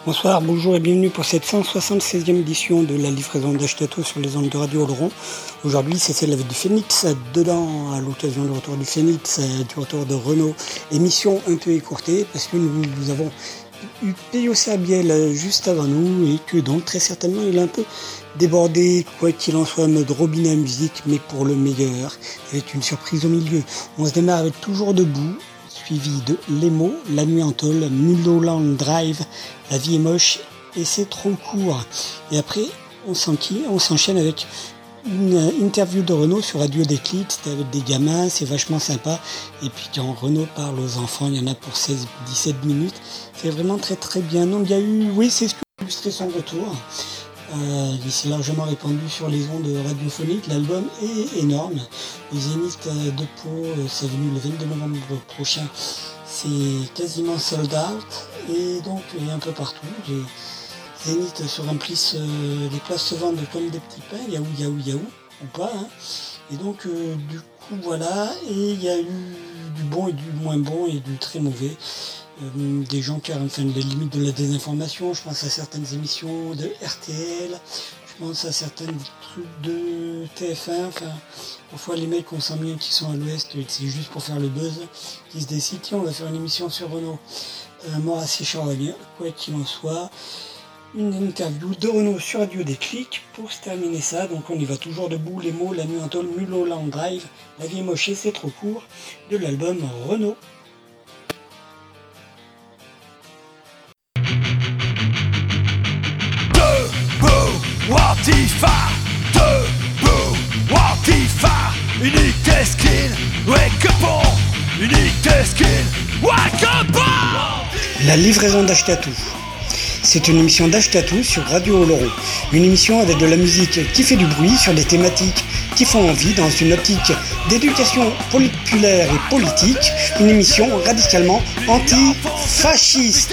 Bonsoir, bonjour et bienvenue pour cette 176e édition de la livraison d'Ashkato sur les ondes de Radio Oloron. Aujourd'hui, c'est celle avec du Phoenix. Dedans, à l'occasion du retour du Phoenix, du retour de Renaud, émission un peu écourtée parce que nous avons eu Peyo Serbiel juste avant nous et que donc très certainement il a un peu débordé, quoi qu'il en soit, en mode robinet à musique, mais pour le meilleur, avec une surprise au milieu. On se démarre avec Toujours debout, suivi de Les mots, La nuit en tôle, Mulholland Drive, La vie est moche et c'est trop court. Et après, on s'enchaîne avec une interview de Renaud sur Radio Déclic. C'était avec des gamins, c'est vachement sympa. Et puis quand Renaud parle aux enfants, il y en a pour 16-17 minutes. C'est vraiment très très bien. Donc il y a eu, oui, c'est ce qui a illustré son retour. Il s'est largement répandu sur les ondes radiophoniques. L'album est énorme. Le Zénith de Pau, c'est venu le 22 novembre prochain. C'est quasiment sold out. Et donc, il y a un peu partout. Les Zénith se remplissent, les places se vendent comme des petits pains. Yaou, ou pas. Hein. Et donc, du coup, voilà. Et il y a eu du bon et du moins bon et du très mauvais. Des gens qui ont les limites de la désinformation, je pense à certaines émissions de RTL, je pense à certains trucs de TF1, parfois les mecs on sent bien qu'ils sont à l'ouest, c'est juste pour faire le buzz, qui se décident, tiens on va faire une émission sur Renaud. Mort assez charognard, quoi qu'il en soit, une interview de Renaud sur Radio Déclic pour se terminer ça, donc on y va toujours debout, Les mots, La nuit en tôle, Mulholland Drive, La vie est moche, c'est trop court, de l'album Renaud. Watifa, debout, Watifa, unique skin, wake up, unique skin, wake up. La livraison d'Ashkatou. C'est une émission d'Ashkatou sur Radio Oloron. Une émission avec de la musique qui fait du bruit sur des thématiques qui font envie dans une optique d'éducation populaire et politique. Une émission radicalement anti-fasciste.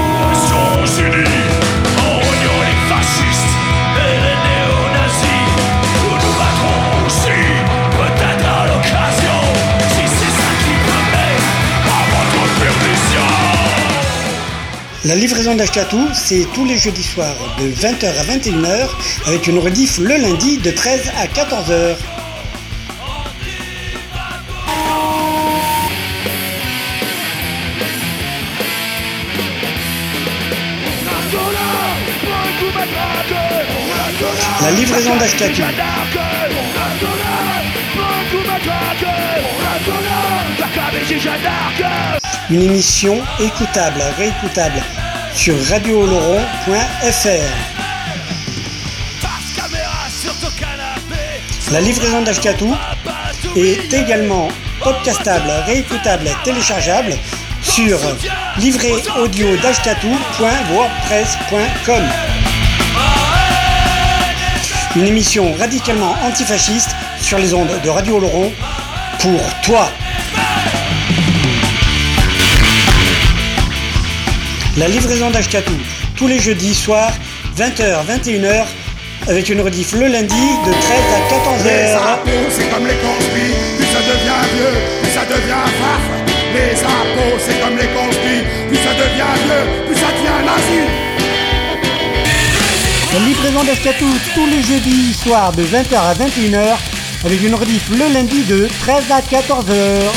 La livraison d'Ashkatou, c'est tous les jeudis soirs de 20h à 21h avec une rediff le lundi de 13 à 14h. La livraison d'Ashkatou. Une émission écoutable, réécoutable sur radiooloron.fr. La livraison d'Ashkatou est également podcastable, réécoutable, téléchargeable sur livréaudio-d'ashkatou.wordpress.com. Une émission radicalement antifasciste sur les ondes de Radio Oloron pour toi. La livraison d'Ashkatou, tous les jeudis soirs, 20h, 21h, avec une rediff le lundi de 13 à 14h. Les impôts, c'est comme les conspis, plus ça devient vieux, plus ça devient faf. Les impôts, c'est comme les conspis, plus ça devient vieux, plus ça devient nazi. La livraison d'Ashkatou, tous les jeudis soirs, de 20h à 21h, avec une rediff le lundi de 13 à 14h.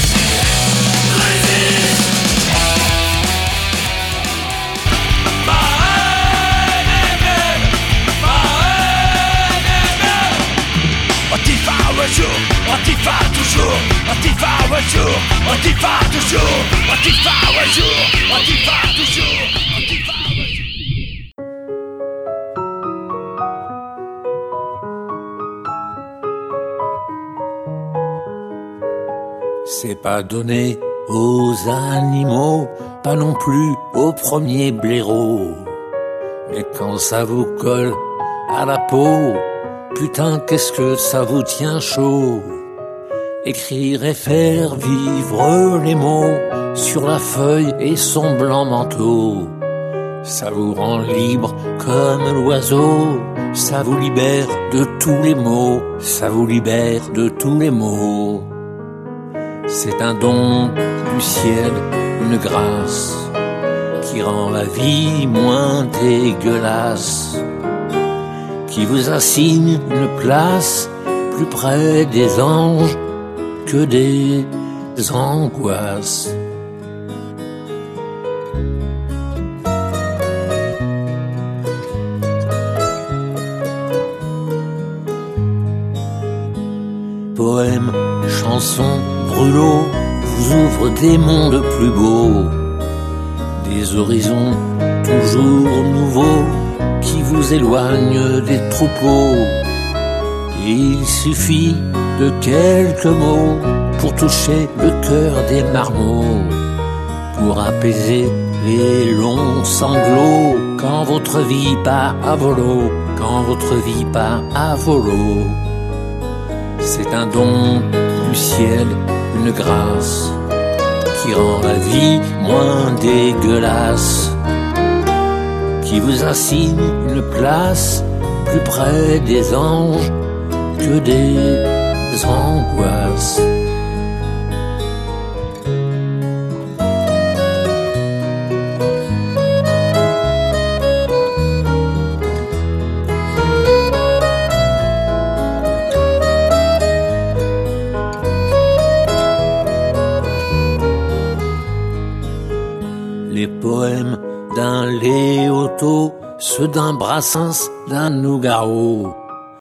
Antifa toujours, Antifa un jour, Antifa toujours, Antifa un jour, Antifa toujours, Antifa un jour. C'est pas donné aux animaux, pas non plus aux premiers blaireaux. Mais quand ça vous colle à la peau, putain, qu'est-ce que ça vous tient chaud. Écrire et faire vivre les mots sur la feuille et son blanc manteau. Ça vous rend libre comme l'oiseau, ça vous libère de tous les maux, ça vous libère de tous les maux. C'est un don du ciel, une grâce qui qui rend la vie moins dégueulasse, qui vous assigne une place plus près des anges que des angoisses. Poèmes, chansons, brûlots vous ouvrent des mondes plus beaux, des horizons toujours nouveaux qui vous éloignent des troupeaux. Il suffit de quelques mots pour toucher le cœur des marmots, pour apaiser les longs sanglots quand votre vie part à volo, quand votre vie part à volo. C'est un don du ciel, une grâce qui rend la vie moins dégueulasse, qui vous assigne une place plus près des anges que des angoisses. Les poèmes d'un Léoto, ceux d'un Brassens, d'un Nougaro.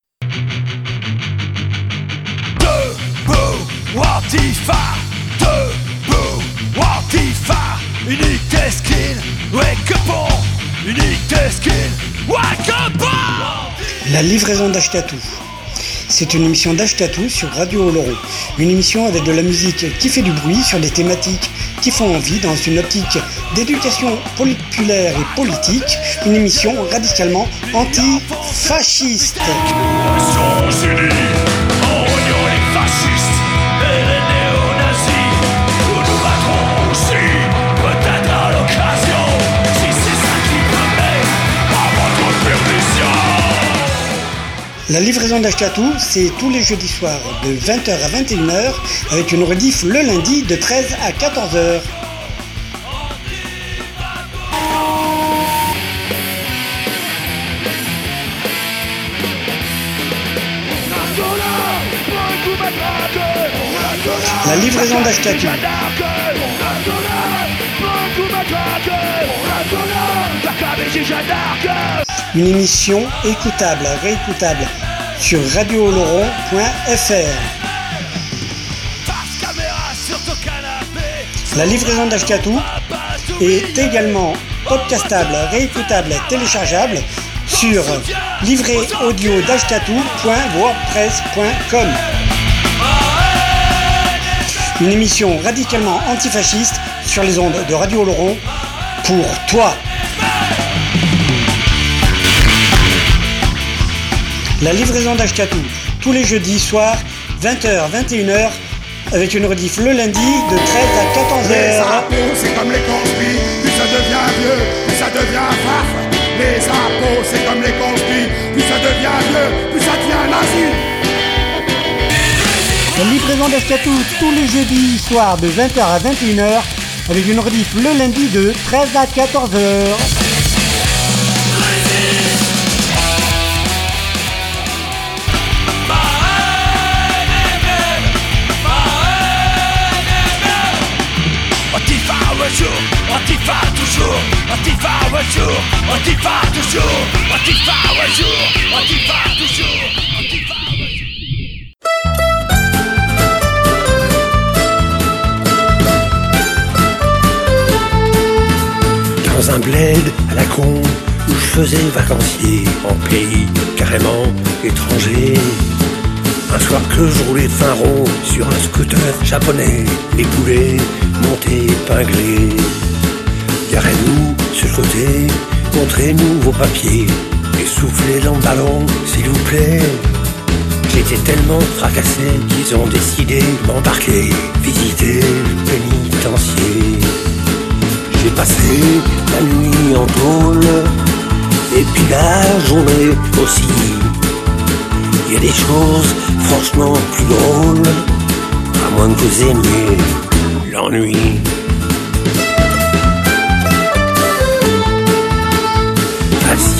Antifa, debout, Antifa, unité skill, wake up on, unité skill, wake up on. La livraison d'Ashkatou. C'est une émission d'Ashkatou sur Radio Oloron. Une émission avec de la musique qui fait du bruit sur des thématiques qui font envie dans une optique d'éducation populaire et politique. Une émission radicalement antifasciste. La livraison d'Ashkatou, c'est tous les jeudis soirs de 20h à 21h avec une rediff le lundi de 13 à 14h. La livraison d'Ashkatou. Une émission écoutable, réécoutable sur radiooloron.fr. La livraison d'Ashkatou est également podcastable, réécoutable, téléchargeable sur livréaudio-dashkatou.wordpress.com. Une émission radicalement antifasciste sur les ondes de Radio Oloron pour toi. La livraison d'Ashkatou, tous les jeudis soirs, 20h, 21h, avec une rediff le lundi de 13 à 14h. Les impôts, c'est comme les conspires, plus ça devient vieux, plus ça devient farf. Les impôts, c'est comme les conspires, plus ça devient vieux, plus ça devient nazi. La livraison d'Ashkatou, tous les jeudis soirs, de 20h à 21h, avec une rediff le lundi de 13 à 14h. Antifa toujours, Antifa un jour, Antifa toujours, Antifa un jour, Antifa toujours, Antifa un jour. Dans un bled à la con où je faisais vacancier en pays carrément étranger. Un soir que je roulais fin rond sur un scooter japonais, les poulets montés épinglés. Garez-nous sur le côté, montrez-nous vos papiers et soufflez dans le ballon, s'il vous plaît. J'étais tellement fracassé qu'ils ont décidé de m'embarquer, visiter le pénitencier. J'ai passé la nuit en tôle et puis la journée aussi. Il y a des choses franchement plus drôles, à moins que vous aimiez l'ennui.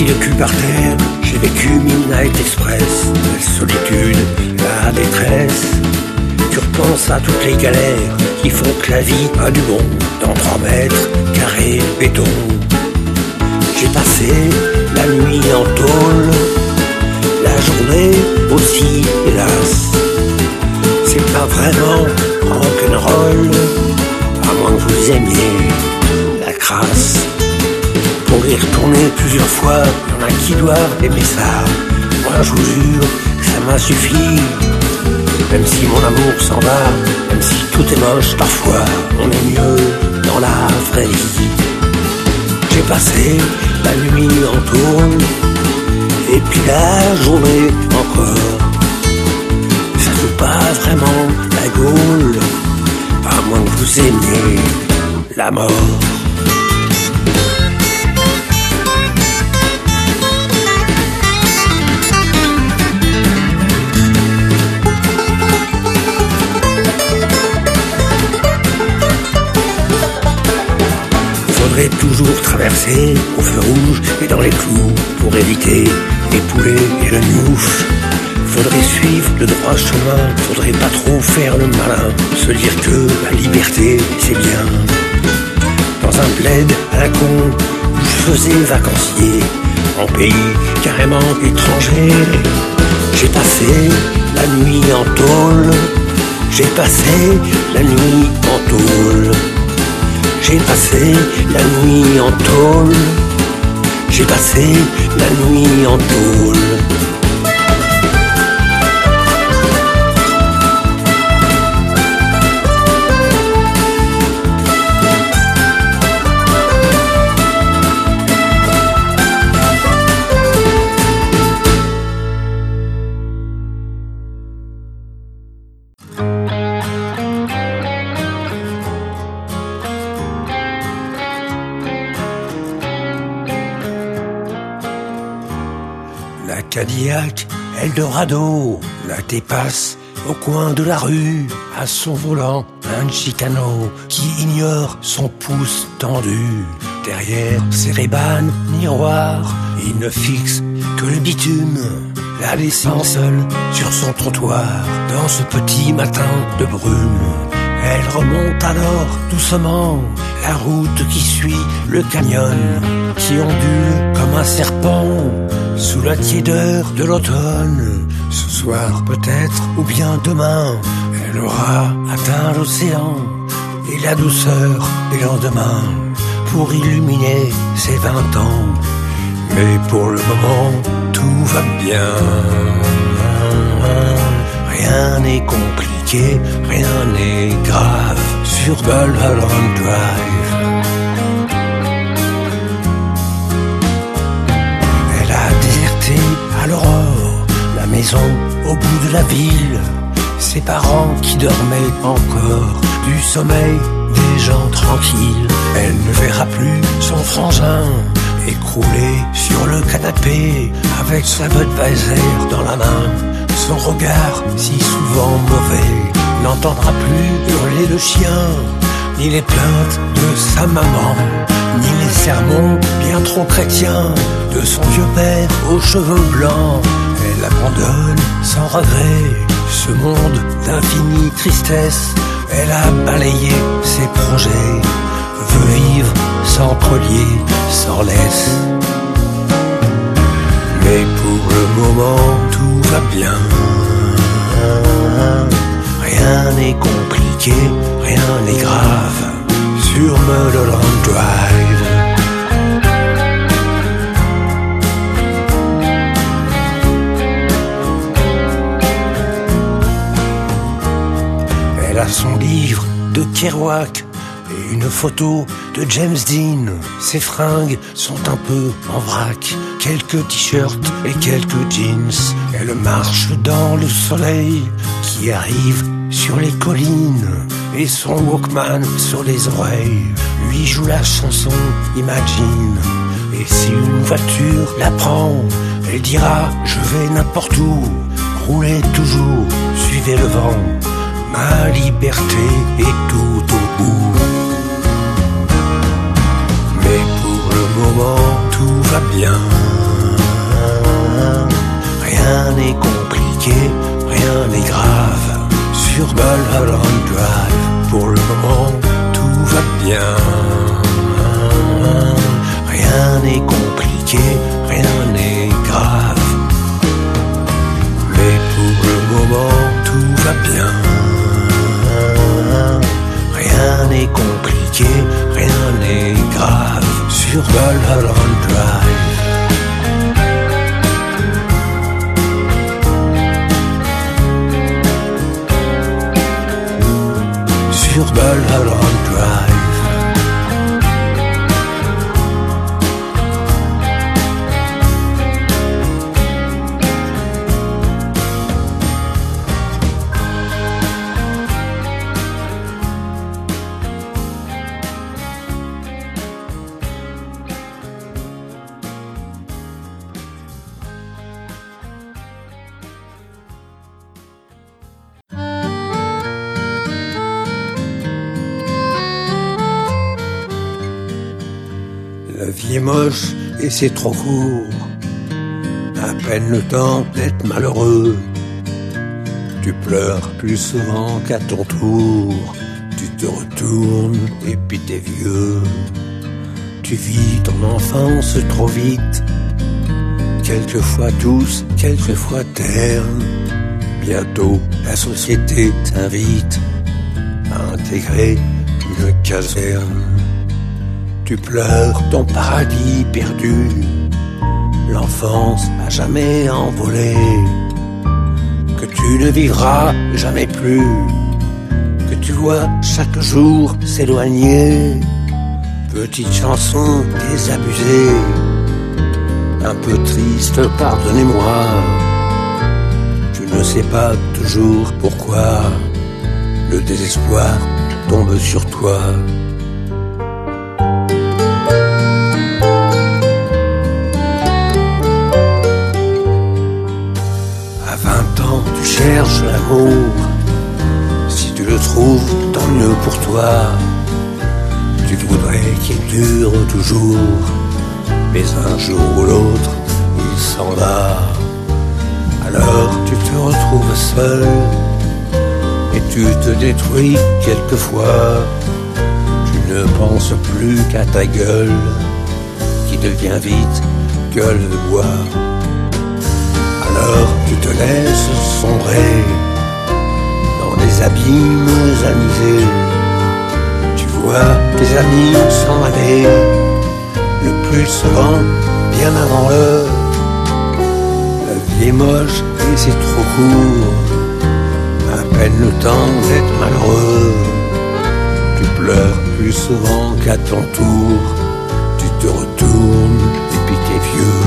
parti le cul par terre, j'ai vécu Midnight Express. La solitude, la détresse. Tu repenses à toutes les galères qui font que la vie a du bon. Dans 3 mètres carrés béton, j'ai passé la nuit en tôle, la journée aussi, hélas. C'est pas vraiment rock'n'roll, à moins que vous aimiez la crasse. Pour y retourner plusieurs fois, y'en a qui doivent aimer ça. Moi je vous jure que ça m'a suffi. Même si mon amour s'en va, même si tout est moche parfois, on est mieux dans la vraie vie. J'ai passé la nuit en tourne, et puis la journée encore. Ça fout pas vraiment la gaule, à moins que vous aimiez la mort. Faudrait toujours traverser au feu rouge et dans les clous pour éviter les poulets et le gnouf. Faudrait suivre le droit chemin, faudrait pas trop faire le malin, se dire que la liberté c'est bien. Dans un bled à la con où je faisais vacancier, en pays carrément étranger, j'ai passé la nuit en tôle, j'ai passé la nuit en tôle. J'ai passé la nuit en tôle, j'ai passé la nuit en tôle. Cadillac, Eldorado, la dépasse au coin de la rue, à son volant, un Chicano qui ignore son pouce tendu. Derrière ses Ray-Ban miroirs, il ne fixe que le bitume, la laissant seule sur son trottoir, dans ce petit matin de brume. Elle remonte alors doucement la route qui suit le canyon, qui ondule comme un serpent sous la tiédeur de l'automne. Ce soir peut-être, ou bien demain, elle aura atteint l'océan et la douceur des lendemains pour illuminer ses 20 ans. Mais pour le moment, tout va bien. Rien n'est compliqué, rien n'est grave sur Mulholland Drive. Elle a déserté à l'aurore la maison au bout de la ville, ses parents qui dormaient encore du sommeil des gens tranquilles. Elle ne verra plus son frangin écroulé sur le canapé avec sa Budweiser dans la main. Son regard si souvent mauvais n'entendra plus hurler le chien, ni les plaintes de sa maman, ni les sermons bien trop chrétiens de son vieux père aux cheveux blancs. Elle abandonne sans regret ce monde d'infinie tristesse. Elle a balayé ses projets, veut vivre sans collier, sans laisse. Mais pour le moment, tout va bien. Rien n'est compliqué, rien n'est grave sur Mulholland Drive. Elle a son livre de Kerouac et une photo de James Dean. Ses fringues sont un peu en vrac, quelques t-shirts et quelques jeans. Elle marche dans le soleil qui arrive sur les collines, et son Walkman sur les oreilles lui joue la chanson Imagine. Et si une voiture la prend, elle dira je vais n'importe où, roulez toujours, suivez le vent, ma liberté est tout au bout. Mais pour le moment tout va bien. bien. Rien n'est compliqué, rien n'est grave. Mais pour le moment, tout va bien. Rien n'est compliqué, rien n'est grave. Sur Mulholland Drive. Sur Mulholland Drive. La vie est moche et c'est trop court. À peine le temps d'être malheureux. Tu pleures plus souvent qu'à ton tour. Tu te retournes et puis t'es vieux. Tu vis ton enfance trop vite. Quelquefois douce, quelquefois terne. Bientôt la société t'invite à intégrer une caserne. Tu pleures ton paradis perdu, l'enfance à jamais envolée, que tu ne vivras jamais plus, que tu vois chaque jour s'éloigner. Petite chanson désabusée, un peu triste, pardonnez-moi. Tu ne sais pas toujours pourquoi le désespoir tombe sur toi. Tu cherches l'amour, si tu le trouves, tant mieux pour toi. Tu voudrais qu'il dure toujours, mais un jour ou l'autre, il s'en va. Alors tu te retrouves seul, et tu te détruis quelquefois. Tu ne penses plus qu'à ta gueule, qui devient vite gueule de bois. Alors tu te laisses sombrer dans des abîmes anisés. Tu vois tes amis s'en aller, le plus souvent bien avant l'heure. La vie est moche et c'est trop court, à peine le temps d'être malheureux. Tu pleures plus souvent qu'à ton tour, tu te retournes et puis t'es vieux.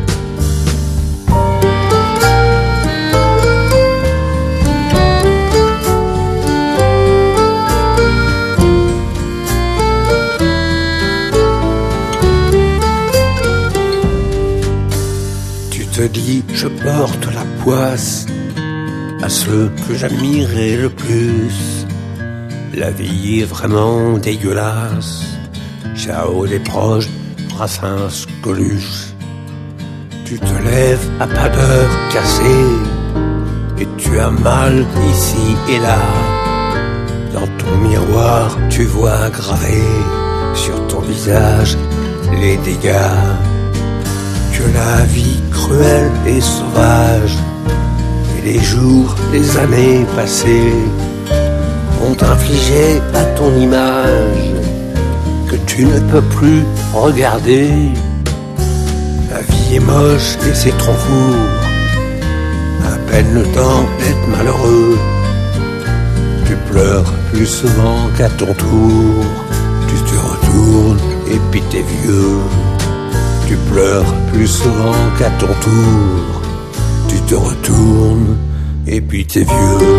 Je te dis, je porte la poisse à ceux que j'admirais le plus. La vie est vraiment dégueulasse. Ciao les proches, Brassens, Coluche. Tu te lèves à pas d'heure cassée, et tu as mal ici et là. Dans ton miroir, tu vois gravé sur ton visage les dégâts que la vie cruelle et sauvage et les jours, les années passées ont infligé à ton image, que tu ne peux plus regarder. La vie est moche et c'est trop court, à peine le temps d'être malheureux. Tu pleures plus souvent qu'à ton tour, tu te retournes et puis t'es vieux. Tu pleures plus souvent qu'à ton tour, tu te retournes et puis t'es vieux.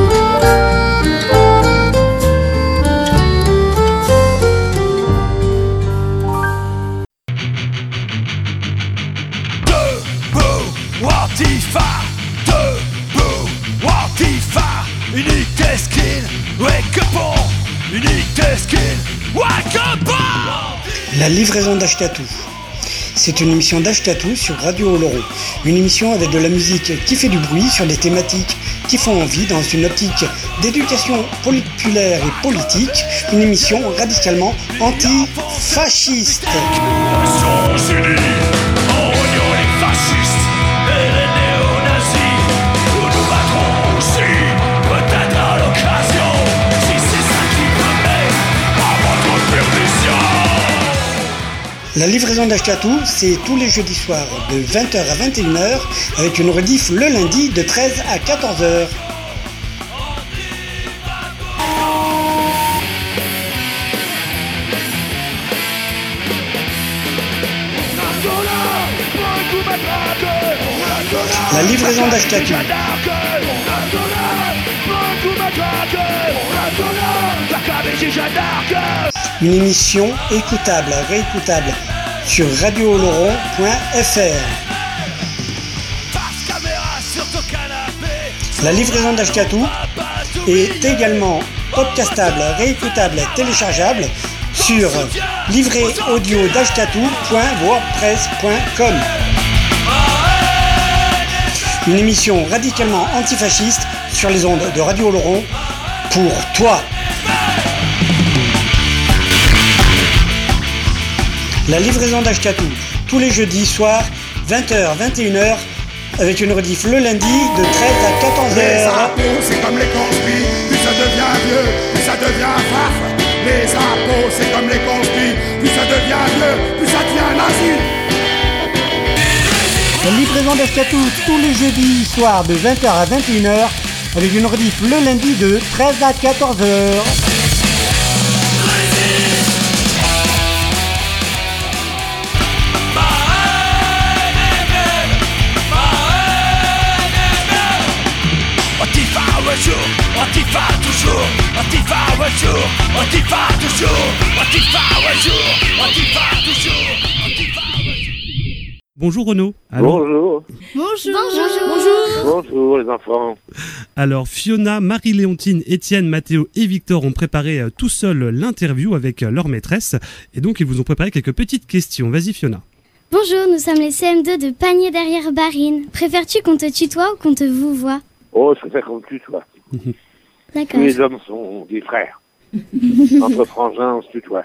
Debout, Antifa, debout, Antifa, unité skill, wake up on, unité skill, wake up on. La livraison d'Achetatou. c'est une émission d'Ashkatou sur Radio Oloron. Une émission avec de la musique qui fait du bruit sur des thématiques qui font envie dans une optique d'éducation populaire et politique. Une émission radicalement anti-fasciste. La livraison d'Ashkatou, c'est tous les jeudis soirs de 20h à 21h avec une rediff le lundi de 13 à 14h. La livraison d'Ashkatou. Une émission écoutable, réécoutable sur radiooloron.fr. La livraison d'Ashkatou est également podcastable, réécoutable, téléchargeable sur livréaudio-dashkatou.wordpress.com. Une émission radicalement antifasciste sur les ondes de Radio Oloron pour toi. La livraison d'Ashkatou, tous les jeudis soirs, 20h, 21h, avec une rediff le lundi de 13 à 14h. Les impôts, c'est comme les conspis, plus ça devient vieux, plus ça devient farf. Les impôts, c'est comme les conspis, plus ça devient vieux, plus ça devient nazi. La livraison d'Ashkatou, tous les jeudis soirs, de 20h à 21h, avec une rediff le lundi de 13 à 14h. Antifa toujours, Antifa un jour, Antifa toujours, Antifa un jour, Antifa toujours, Antifa un jour. Bonjour Renaud. Alors, Bonjour. Bonjour les enfants. Alors Fiona, Marie-Léontine, Étienne, Mathéo et Victor ont préparé tout seuls l'interview avec leur maîtresse et donc ils vous ont préparé quelques petites questions. Vas-y Fiona. Bonjour, nous sommes les CM2 de Panier derrière Barine. Préfères-tu qu'on te tutoie ou qu'on te vouvoie? Oh, je préfère qu'on me tutoie. D'accord. Tous les hommes sont des frères. Entre frangins, on se tutoie.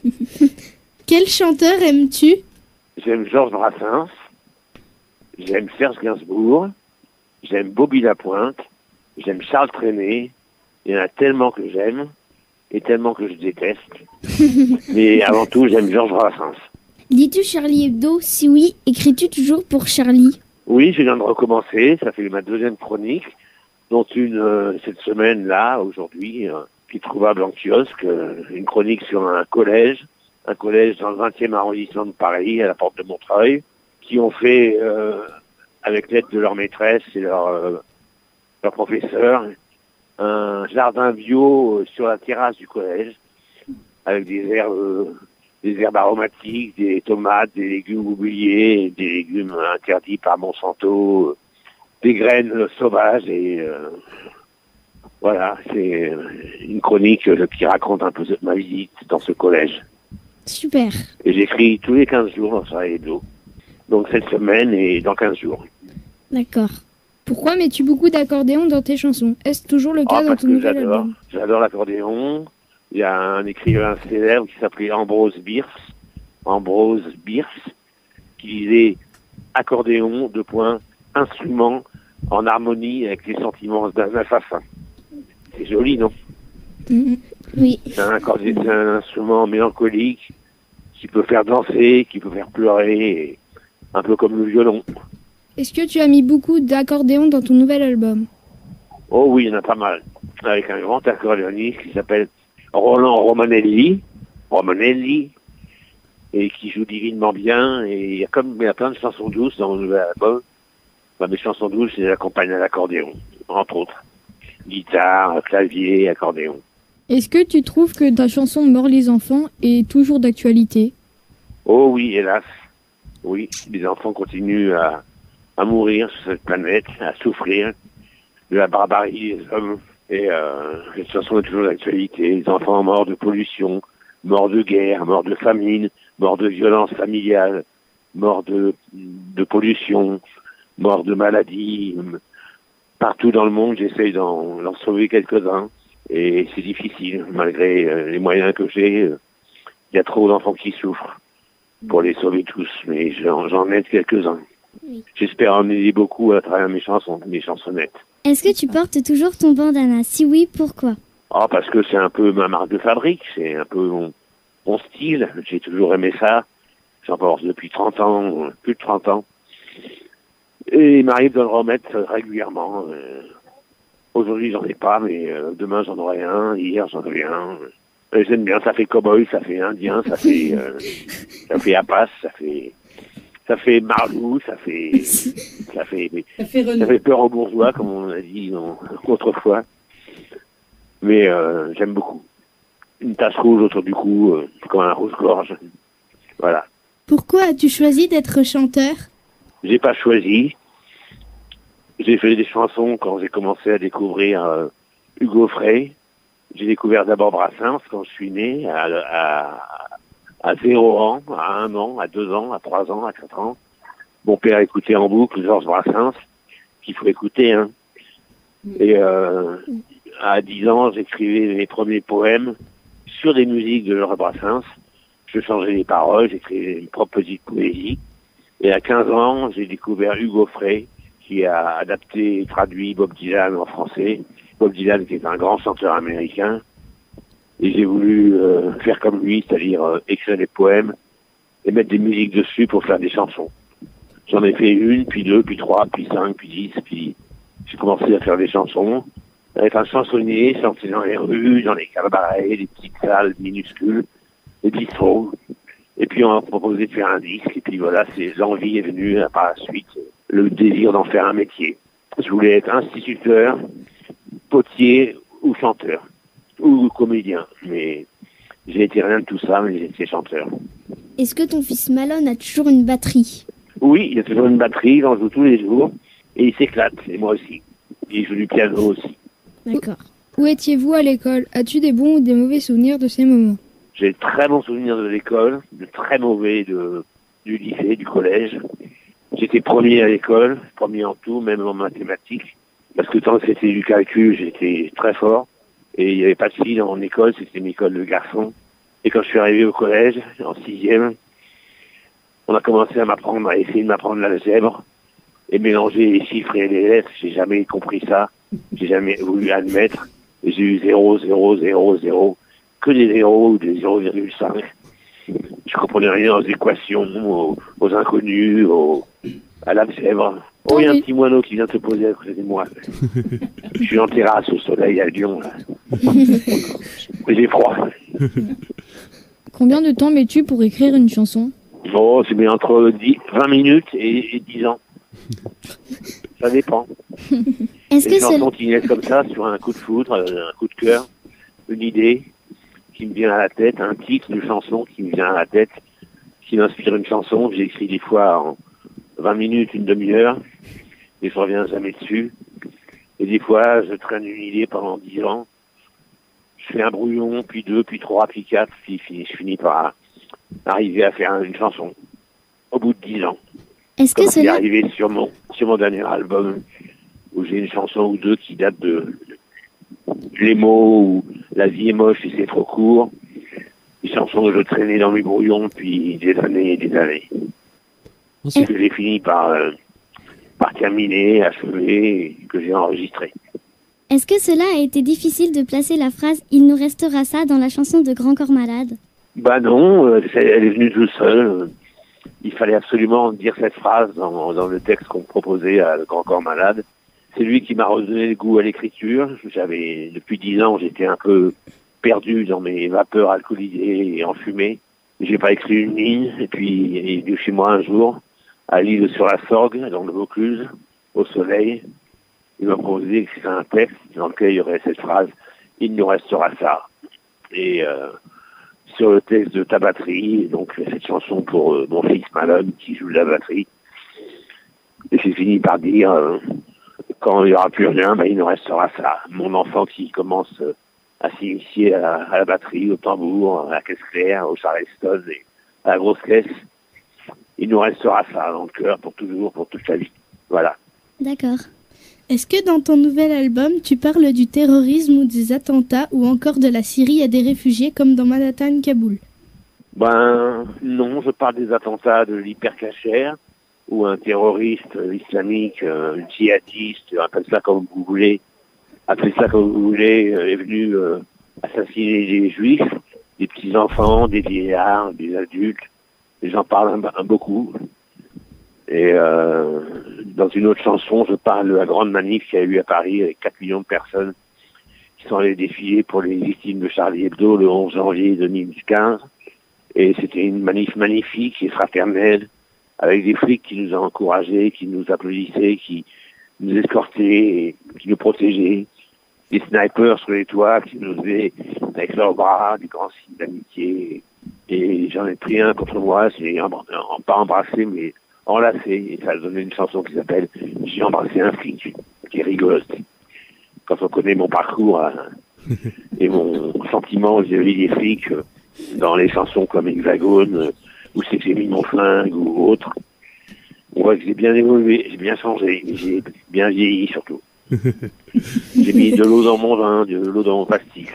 Quel chanteur aimes-tu? J'aime Georges Brassens. J'aime Serge Gainsbourg. J'aime Bobby Lapointe. J'aime Charles Trenet. Il y en a tellement que j'aime et tellement que je déteste. Mais avant tout, j'aime Georges Brassens. Lis-tu Charlie Hebdo? Si oui, écris-tu toujours pour Charlie? Oui, je viens de recommencer. Ça fait ma deuxième chronique, dont une cette semaine-là, aujourd'hui, qui est trouvable en kiosque. Une chronique sur un collège dans le 20e arrondissement de Paris, à la porte de Montreuil, qui ont fait, avec l'aide de leur maîtresse et leur professeur, un jardin bio sur la terrasse du collège, avec des herbes aromatiques, des tomates, des légumes oubliés, des légumes interdits par Monsanto, des graines sauvages et voilà, c'est une chronique qui raconte un peu ma visite dans ce collège. Super. Et j'écris tous les 15 jours dans Charlie Hebdo. Donc cette semaine et dans 15 jours. D'accord. Pourquoi mets-tu beaucoup d'accordéon dans tes chansons? Est-ce toujours le cas dans ton nouvel album? J'adore l'accordéon. Il y a un écrivain célèbre qui s'appelait Ambrose Bierce, qui disait accordéon, instrument en harmonie avec les sentiments d'un assassin. C'est joli, non? Oui. C'est un instrument mélancolique qui peut faire danser, qui peut faire pleurer, un peu comme le violon. Est-ce que tu as mis beaucoup d'accordéon dans ton nouvel album? Oh oui, il y en a pas mal. Avec un grand accordéoniste qui s'appelle Roland Romanelli, et qui joue divinement bien. Et il y a plein de chansons douces dans mon nouvel album. Enfin, mes chansons douces, je les accompagne à l'accordéon, entre autres. Guitare, clavier, accordéon. Est-ce que tu trouves que ta chanson Mort les enfants est toujours d'actualité? Oh oui, hélas. Oui, les enfants continuent à mourir sur cette planète, à souffrir de la barbarie des hommes. Et cette chanson est toujours d'actualité. Les enfants morts de pollution, morts de guerre, morts de famine, morts de violence familiale. morts de pollution, morts de maladies. Partout dans le monde, j'essaye d'en sauver quelques-uns. Et c'est difficile, malgré les moyens que j'ai. Il y a trop d'enfants qui souffrent pour les sauver tous, mais j'en aide quelques-uns. Oui. J'espère en aider beaucoup à travers mes chansonnettes. Est-ce que tu portes toujours ton bandana? Si oui, pourquoi? Ah, parce que c'est un peu ma marque de fabrique, c'est un peu mon style. J'ai toujours aimé ça. J'en porte depuis 30 ans, plus de 30 ans. Et il m'arrive de le remettre régulièrement. Aujourd'hui, j'en ai pas, mais demain, j'en aurai un. Hier, j'en ai un. J'aime bien, ça fait cow-boy, ça fait indien, ça fait apache, ça fait marlou, ça fait peur aux bourgeois, comme on a dit autrefois. Mais j'aime beaucoup. Une tache rouge autour du cou, comme un rouge-gorge. Voilà. Pourquoi as-tu choisi d'être chanteur? J'ai pas choisi. J'ai fait des chansons quand j'ai commencé à découvrir Hugo Frey. J'ai découvert d'abord Brassens quand je suis né, à 0 ans, à 1 an, à 2 ans, à 3 ans, à 4 ans. Mon père écoutait en boucle Georges Brassens, qu'il faut écouter, hein. Et à 10 ans, j'écrivais mes premiers poèmes sur des musiques de Georges Brassens. Je changeais les paroles, j'écrivais une propre petite poésie. Et à 15 ans, j'ai découvert Hugo Frey, qui a adapté et traduit Bob Dylan en français. Bob Dylan qui est un grand chanteur américain. Et j'ai voulu faire comme lui, c'est-à-dire écrire des poèmes et mettre des musiques dessus pour faire des chansons. J'en ai fait 1, puis 2, puis 3, puis 5, puis 10, puis j'ai commencé à faire des chansons. Être un chansonnier, chanter dans les rues, dans les cabarets, les petites salles minuscules, les bistrots. Et puis on m'a proposé de faire un disque, et puis voilà, l'envie est venue par la suite, le désir d'en faire un métier. Je voulais être instituteur, potier ou chanteur, ou comédien, mais j'ai été rien de tout ça, mais j'ai été chanteur. Est-ce que ton fils Malone a toujours une batterie? Oui, il y a toujours une batterie, il en joue tous les jours, et il s'éclate, et moi aussi. Et il joue du piano aussi. D'accord. Où étiez-vous à l'école? As-tu des bons ou des mauvais souvenirs de ces moments? J'ai de très bons souvenirs de l'école, de très mauvais du lycée, du collège. J'étais premier à l'école, premier en tout, même en mathématiques. Parce que tant que c'était du calcul, j'étais très fort. Et il n'y avait pas de filles dans mon école, c'était une école de garçons. Et quand je suis arrivé au collège, en 6e, on a commencé à essayer de m'apprendre l'algèbre et mélanger les chiffres et les lettres. J'ai jamais compris ça. J'ai jamais voulu admettre. Et j'ai eu 0, 0, 0, 0. Que des 0 ou des 0,5. Je comprenais rien aux équations, aux inconnus, à l'algèbre. Oh, il y a un petit moineau qui vient se poser à côté de moi. Je suis en terrasse au soleil à Lyon, là. J'ai froid. Combien de temps mets-tu pour écrire une chanson? Oh, c'est bien entre 20 minutes et 10 ans. Ça dépend. Est-ce que une chanson qui naît comme ça, sur un coup de foudre, un coup de cœur, une idée qui me vient à la tête, un titre de chanson qui me vient à la tête, qui m'inspire une chanson que j'écris des fois en 20 minutes, une demi-heure, et je reviens jamais dessus. Et des fois, je traîne une idée pendant 10 ans. Je fais un brouillon, puis 2, puis 3, puis 4, puis je finis par arriver à faire une chanson. Au bout de 10 ans. Est-ce que c'est arrivé sur mon dernier album, où j'ai une chanson ou deux qui datent de les mots, ou la vie est moche et c'est trop court. Des chansons que je traînais dans mes brouillons depuis des années et des années. Et que j'ai fini par terminer, achever, et que j'ai enregistré. Est-ce que cela a été difficile de placer la phrase « Il nous restera ça » dans la chanson de Grand Corps Malade? Bah non, elle est venue toute seule. Il fallait absolument dire cette phrase dans le texte qu'on proposait à Le Grand Corps Malade. C'est lui qui m'a redonné le goût à l'écriture. Depuis 10 ans, j'étais un peu perdu dans mes vapeurs alcoolisées et enfumées. J'ai pas écrit une ligne. Et puis, il est venu chez moi un jour, à l'île sur la Sorgue, dans le Vaucluse, au soleil. Il m'a proposé que c'était un texte dans lequel il y aurait cette phrase « Il nous restera ça ». Et sur le texte de Ta batterie, donc cette chanson pour mon fils Malone qui joue de la batterie. Et j'ai fini par dire quand il n'y aura plus rien, il nous restera ça. Mon enfant qui commence à s'initier à la batterie, au tambour, à la caisse claire, au charleston et à la grosse caisse. il nous restera ça dans le cœur pour toujours, pour toute la vie. Voilà. D'accord. Est-ce que dans ton nouvel album, tu parles du terrorisme ou des attentats ou encore de la Syrie à des réfugiés comme dans Manhattan, Kaboul? Ben non, je parle des attentats de l'hypercacher, où un terroriste islamique, djihadiste, appelez ça comme vous voulez, est venu assassiner des juifs, des petits-enfants, des vieillards, des adultes. Et j'en parle beaucoup. Et dans une autre chanson, je parle de la grande manif qu'il y a eu à Paris avec 4 millions de personnes qui sont allées défiler pour les victimes de Charlie Hebdo le 11 janvier 2015. Et c'était une manif magnifique et fraternelle, avec des flics qui nous ont encouragés, qui nous applaudissaient, qui nous escortaient, et qui nous protégeaient. Des snipers sur les toits qui nous faisaient avec leurs bras, des grands signes d'amitié. Et j'en ai pris un contre moi, j'ai pas embrassé, mais enlacé. Et ça a donné une chanson qui s'appelle « J'ai embrassé un flic », qui est rigolote. Quand on connaît mon parcours et mon sentiment vis-à-vis des flics, dans les chansons comme Hexagone, Où c'est que j'ai mis mon flingue ou autre, on voit que j'ai bien évolué, j'ai bien changé, mais j'ai bien vieilli surtout. J'ai mis de l'eau dans mon vin, de l'eau dans mon pastis.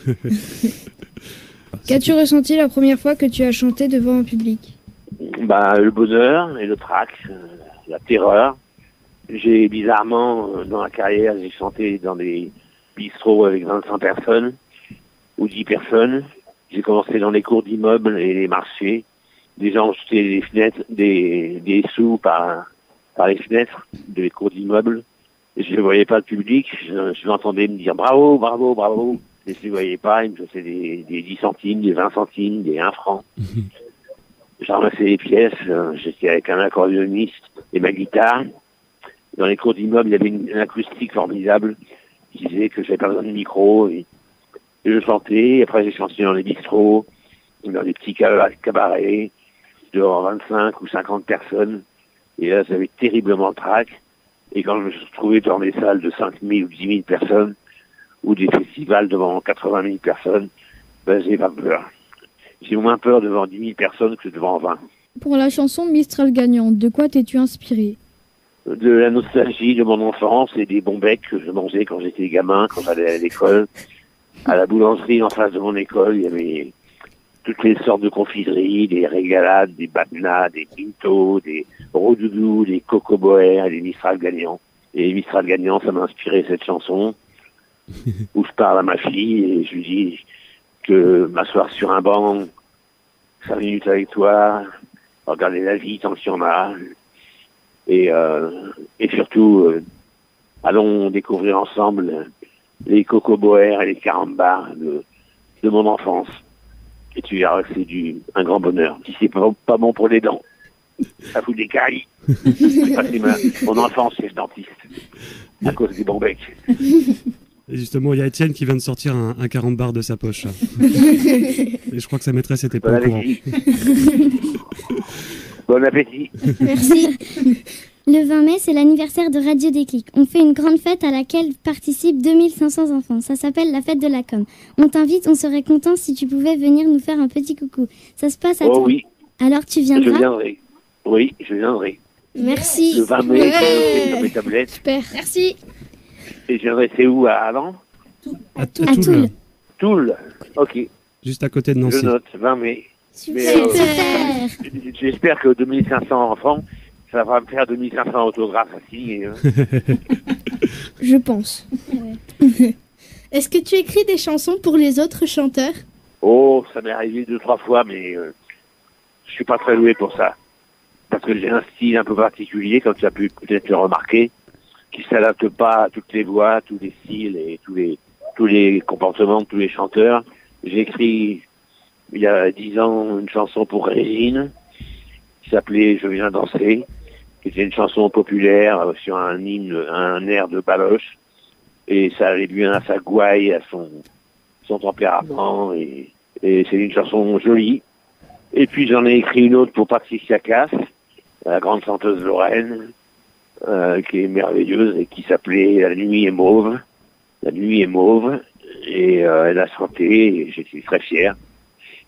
Qu'as-tu ressenti la première fois que tu as chanté devant un public? Bah, le bonheur et le trac, la terreur. J'ai bizarrement, dans la carrière, j'ai chanté dans des bistrots avec 25 personnes ou 10 personnes. J'ai commencé dans les cours d'immeubles et les marchés. Des gens jetaient des fenêtres, des sous par les fenêtres des cours d'immeubles. Et je ne voyais pas le public. Je l'entendais me dire bravo, bravo, bravo. Et je ne les voyais pas. Ils me faisaient des 10 centimes, des 20 centimes, des 1 franc. J'ai ramassé les pièces. J'étais avec un accordéoniste et ma guitare. Dans les cours d'immeuble, il y avait une acoustique formidable qui disait que j'avais pas besoin de micro. Et je chantais. Et après, j'ai chanté dans les bistrots, dans des petits cabarets, devant 25 ou 50 personnes. Et là, j'avais terriblement le trac. Et quand je me suis retrouvé dans des salles de 5 000 ou 10 000 personnes, ou des festivals devant 80 000 personnes, ben, j'ai pas peur. J'ai moins peur devant 10 000 personnes que devant 20. Pour la chanson Mistral gagnante, de quoi t'es-tu inspiré? De la nostalgie de mon enfance et des bons becs que je mangeais quand j'étais gamin, quand j'allais à l'école. À la boulangerie en face de mon école, il y avait toutes les sortes de confiseries, des régalades, des batnas, des pintos, des rodoudous, des cocoboères et des Mistral gagnants. Et Mistral gagnant, ça m'a inspiré cette chanson où je parle à ma fille et je lui dis que m'asseoir sur un banc, 5 minutes avec toi, regarder la vie tant qu'il y en a, et surtout, allons découvrir ensemble les cocoboères et les carambars de mon enfance. Et tu verras que c'est un grand bonheur. Si c'est pas bon pour les dents, ça fout des caries. J'ai passé mon enfance chez le dentiste à cause des bons becs. Et justement, il y a Étienne qui vient de sortir un carambar de sa poche. Et je crois que sa maîtresse était pas au courant. Bon appétit. Merci. Le 20 mai, c'est l'anniversaire de Radio Déclic. On fait une grande fête à laquelle participent 2500 enfants. Ça s'appelle la fête de la com. On t'invite, on serait content si tu pouvais venir nous faire un petit coucou. Ça se passe à toi. Oh oui. Alors tu viendras? Je viendrai. Oui, je viendrai. Merci. Le 20 mai, je sur mes tablettes. Super, merci. Et je viendrai, c'est où, à Allan? À Toul. Toul, ok. Juste à côté de Nancy. Je note, 20 mai. Super. J'espère que 2500 enfants, ça va me faire 2500 autographes à signer. Hein. Je pense. Est-ce que tu écris des chansons pour les autres chanteurs? Oh, ça m'est arrivé 2-3 fois, mais je suis pas très doué pour ça. Parce que j'ai un style un peu particulier, comme tu as pu peut-être le remarquer, qui s'adapte pas à toutes les voix, tous les styles et tous les comportements de tous les chanteurs. J'ai écrit, il y a 10 ans, une chanson pour Régine, qui s'appelait « Je viens danser », qui était une chanson populaire sur un hymne, un air de Baloche. Et ça allait bien à sa gouaille, à son tempérament, et c'est une chanson jolie. Et puis j'en ai écrit une autre pour Patricia Cass, la grande chanteuse lorraine, qui est merveilleuse et qui s'appelait « La nuit est mauve ». La nuit est mauve, et elle a chanté, et j'étais très fier.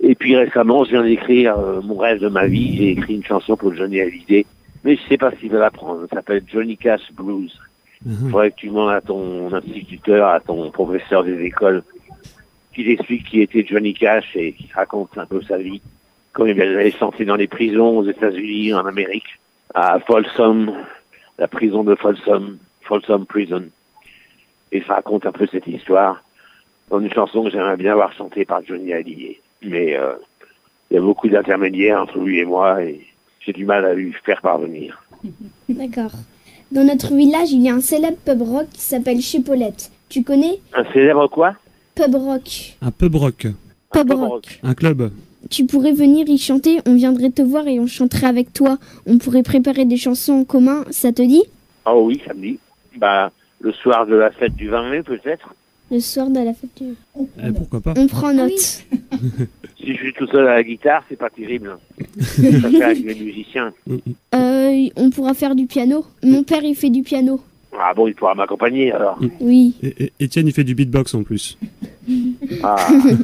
Et puis récemment, je viens d'écrire mon rêve de ma vie. J'ai écrit une chanson pour Johnny Hallyday, mais je sais pas s'il va la prendre. Ça s'appelle Johnny Cash Blues. Il faudrait que tu demandes à ton instituteur, à ton professeur des écoles, qu'il explique qui était Johnny Cash et qu'il raconte un peu sa vie. Comme il allait chanter dans les prisons aux États-Unis, en Amérique, à Folsom, la prison de Folsom Prison. Et ça raconte un peu cette histoire dans une chanson que j'aimerais bien voir chantée par Johnny Hallyday. Mais il y a beaucoup d'intermédiaires entre lui et moi et j'ai du mal à lui faire parvenir. D'accord. Dans notre village, il y a un célèbre pub rock qui s'appelle Chez Paulette. Tu connais? Un célèbre quoi? Pub rock. Un pub rock. Pub rock. Un club. Tu pourrais venir y chanter, on viendrait te voir et on chanterait avec toi. On pourrait préparer des chansons en commun, ça te dit? Oh oui, ça me dit. Bah, le soir de la fête du 20 mai peut-être? Le soir de la fête du... Pourquoi pas? On prend note. Si je suis tout seul à la guitare, c'est pas terrible. Ça fait avec les musiciens. On pourra faire du piano. Mon père, il fait du piano. Ah bon, il pourra m'accompagner alors. Oui. Et Étienne, il fait du beatbox en plus. Ah,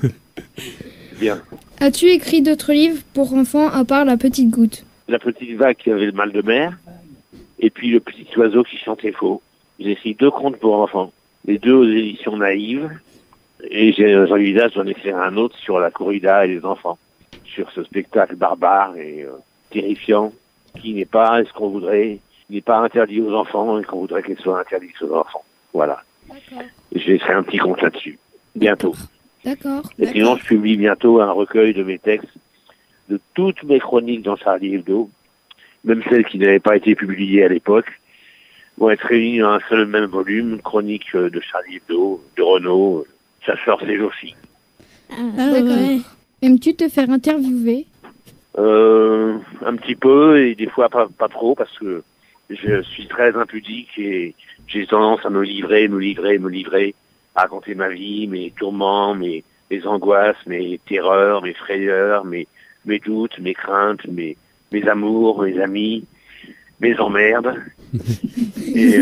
bien. As-tu écrit d'autres livres pour enfants à part La Petite Goutte? La petite vague qui avait le mal de mer, et puis le petit oiseau qui chantait faux. J'ai écrit 2 contes pour enfants, les 2 aux éditions Naïves, et j'envisage d'en écrire un autre sur la corrida et les enfants, sur ce spectacle barbare et terrifiant, qui n'est pas ce qu'on voudrait, qui n'est pas interdit aux enfants et qu'on voudrait qu'il soit interdit aux enfants. Voilà. D'accord. Et j'ai écrit un petit conte là-dessus, bientôt. D'accord. Et sinon, je publie bientôt un recueil de mes textes, de toutes mes chroniques dans Charlie Hebdo, même celles qui n'avaient pas été publiées à l'époque, vont être réunies dans un seul même volume, chronique de Charlie Hebdo, de Renaud. Ça sort ces jours-ci. D'accord. Aimes-tu te faire interviewer? Un petit peu, et des fois pas trop, parce que je suis très impudique et j'ai tendance à me livrer, à raconter ma vie, mes tourments, mes angoisses, mes terreurs, mes frayeurs, mes doutes, mes craintes, mes amours, mes amis, mes emmerdes. et